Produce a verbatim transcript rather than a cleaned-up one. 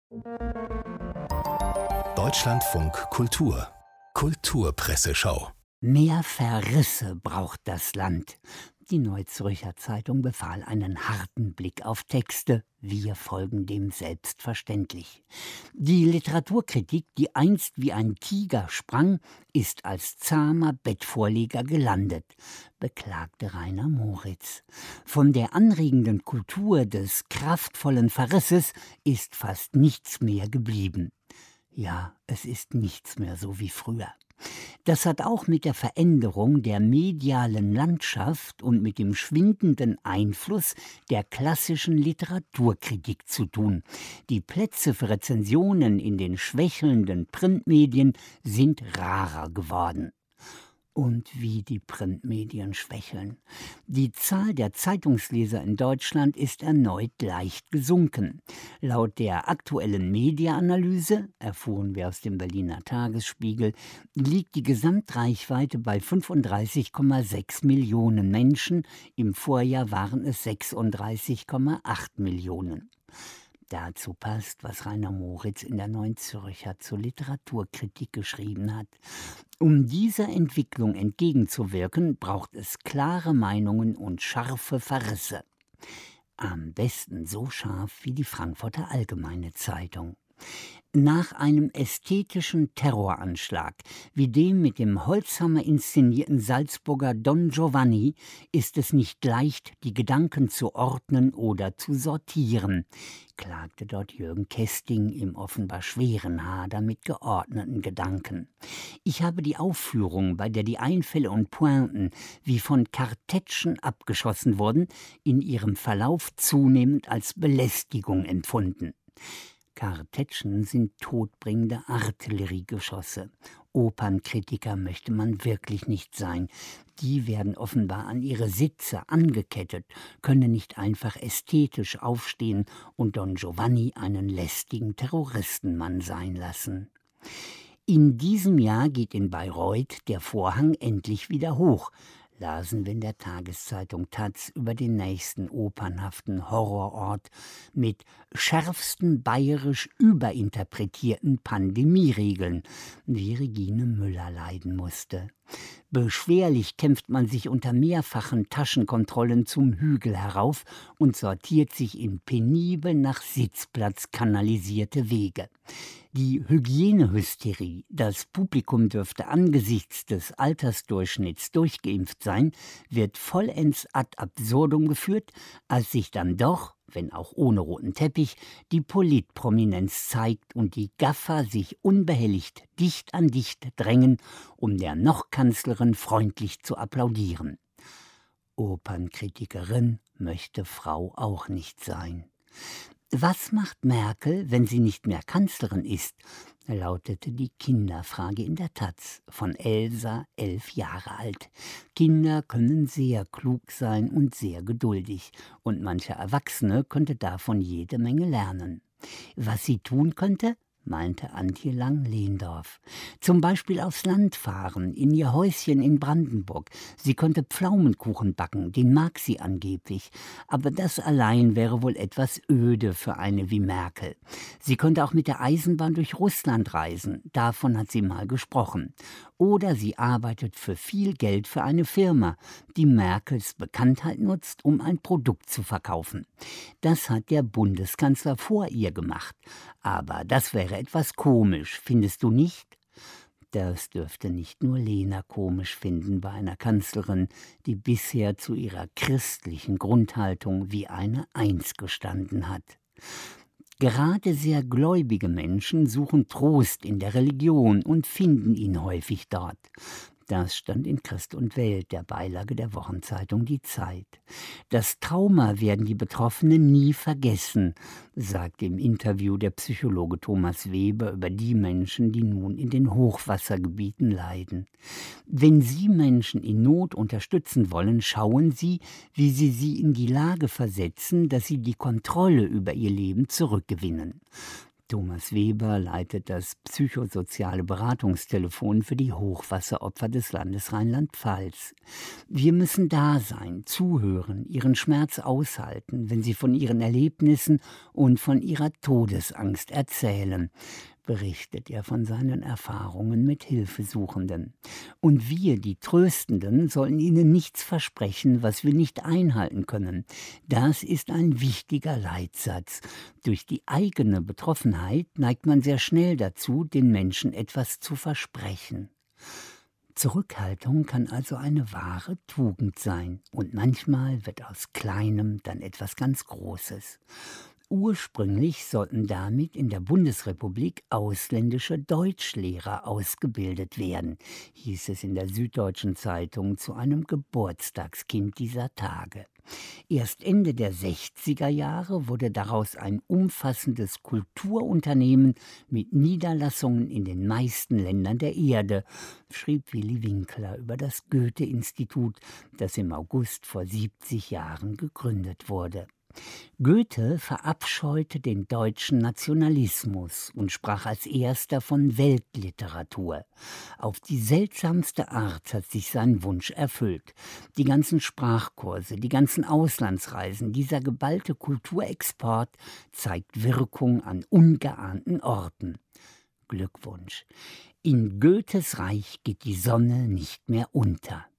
Deutschlandfunk Kultur Kulturpresseschau. Mehr Verrisse braucht das Land. Die Neue Zürcher Zeitung befahl einen harten Blick auf Texte. Wir folgen dem selbstverständlich. Die Literaturkritik, die einst wie ein Tiger sprang, ist als zahmer Bettvorleger gelandet, beklagte Rainer Moritz. Von der anregenden Kultur des kraftvollen Verrisses ist fast nichts mehr geblieben. Ja, es ist nichts mehr so wie früher. Das hat auch mit der Veränderung der medialen Landschaft und mit dem schwindenden Einfluss der klassischen Literaturkritik zu tun. Die Plätze für Rezensionen in den schwächelnden Printmedien sind rarer geworden. Und wie die Printmedien schwächeln. Die Zahl der Zeitungsleser in Deutschland ist erneut leicht gesunken. Laut der aktuellen Mediaanalyse, erfuhren wir aus dem Berliner Tagesspiegel, liegt die Gesamtreichweite bei fünfunddreißig Komma sechs Millionen Menschen. Im Vorjahr waren es sechsunddreißig Komma acht Millionen. Dazu passt, was Rainer Moritz in der Neuen Zürcher zur Literaturkritik geschrieben hat. Um dieser Entwicklung entgegenzuwirken, braucht es klare Meinungen und scharfe Verrisse. Am besten so scharf wie die Frankfurter Allgemeine Zeitung. Nach einem ästhetischen Terroranschlag, wie dem mit dem Holzhammer inszenierten Salzburger Don Giovanni, ist es nicht leicht, die Gedanken zu ordnen oder zu sortieren, klagte dort Jürgen Kesting im offenbar schweren Hader mit geordneten Gedanken. Ich habe die Aufführung, bei der die Einfälle und Pointen wie von Kartätschen abgeschossen wurden, in ihrem Verlauf zunehmend als Belästigung empfunden. Kartätschen sind todbringende Artilleriegeschosse. Opernkritiker möchte man wirklich nicht sein. Die werden offenbar an ihre Sitze angekettet, können nicht einfach ästhetisch aufstehen und Don Giovanni einen lästigen Terroristenmann sein lassen. In diesem Jahr geht in Bayreuth der Vorhang endlich wieder hoch, lasen wir in der Tageszeitung Taz über den nächsten opernhaften Horrorort mit schärfsten bayerisch überinterpretierten Pandemieregeln, wie Regine Müller leiden musste. Beschwerlich kämpft man sich unter mehrfachen Taschenkontrollen zum Hügel herauf und sortiert sich in penibel nach Sitzplatz kanalisierte Wege. Die Hygienehysterie, das Publikum dürfte angesichts des Altersdurchschnitts durchgeimpft sein, wird vollends ad absurdum geführt, als sich dann doch, wenn auch ohne roten Teppich, die Politprominenz zeigt und die Gaffer sich unbehelligt dicht an dicht drängen, um der Noch-Kanzlerin freundlich zu applaudieren. Opernkritikerin möchte Frau auch nicht sein. Was macht Merkel, wenn sie nicht mehr Kanzlerin ist? Lautete die Kinderfrage in der Taz von Elsa, elf Jahre alt. Kinder können sehr klug sein und sehr geduldig, und mancher Erwachsene könnte davon jede Menge lernen. Was sie tun könnte? Meinte Antje Lang-Lehndorf. Zum Beispiel aufs Land fahren, in ihr Häuschen in Brandenburg. Sie könnte Pflaumenkuchen backen, den mag sie angeblich. Aber das allein wäre wohl etwas öde für eine wie Merkel. Sie könnte auch mit der Eisenbahn durch Russland reisen, davon hat sie mal gesprochen. Oder sie arbeitet für viel Geld für eine Firma, die Merkels Bekanntheit nutzt, um ein Produkt zu verkaufen. Das hat der Bundeskanzler vor ihr gemacht. Aber das wäre etwas komisch, findest du nicht? Das dürfte nicht nur Lena komisch finden bei einer Kanzlerin, die bisher zu ihrer christlichen Grundhaltung wie eine Eins gestanden hat. Gerade sehr gläubige Menschen suchen Trost in der Religion und finden ihn häufig dort. Das stand in Christ und Welt, der Beilage der Wochenzeitung Die Zeit. Das Trauma werden die Betroffenen nie vergessen, sagte im Interview der Psychologe Thomas Weber über die Menschen, die nun in den Hochwassergebieten leiden. Wenn Sie Menschen in Not unterstützen wollen, schauen Sie, wie Sie sie in die Lage versetzen, dass sie die Kontrolle über ihr Leben zurückgewinnen. Thomas Weber leitet das psychosoziale Beratungstelefon für die Hochwasseropfer des Landes Rheinland-Pfalz. Wir müssen da sein, zuhören, ihren Schmerz aushalten, wenn sie von ihren Erlebnissen und von ihrer Todesangst erzählen, berichtet er von seinen Erfahrungen mit Hilfesuchenden. Und wir, die Tröstenden, sollen ihnen nichts versprechen, was wir nicht einhalten können. Das ist ein wichtiger Leitsatz. Durch die eigene Betroffenheit neigt man sehr schnell dazu, den Menschen etwas zu versprechen. Zurückhaltung kann also eine wahre Tugend sein. Und manchmal wird aus Kleinem dann etwas ganz Großes. Ursprünglich sollten damit in der Bundesrepublik ausländische Deutschlehrer ausgebildet werden, hieß es in der Süddeutschen Zeitung zu einem Geburtstagskind dieser Tage. Erst Ende der sechziger Jahre wurde daraus ein umfassendes Kulturunternehmen mit Niederlassungen in den meisten Ländern der Erde, schrieb Willi Winkler über das Goethe-Institut, das im August vor siebzig Jahren gegründet wurde. Goethe verabscheute den deutschen Nationalismus und sprach als erster von Weltliteratur. Auf die seltsamste Art hat sich sein Wunsch erfüllt. Die ganzen Sprachkurse, die ganzen Auslandsreisen, dieser geballte Kulturexport zeigt Wirkung an ungeahnten Orten. Glückwunsch. In Goethes Reich geht die Sonne nicht mehr unter.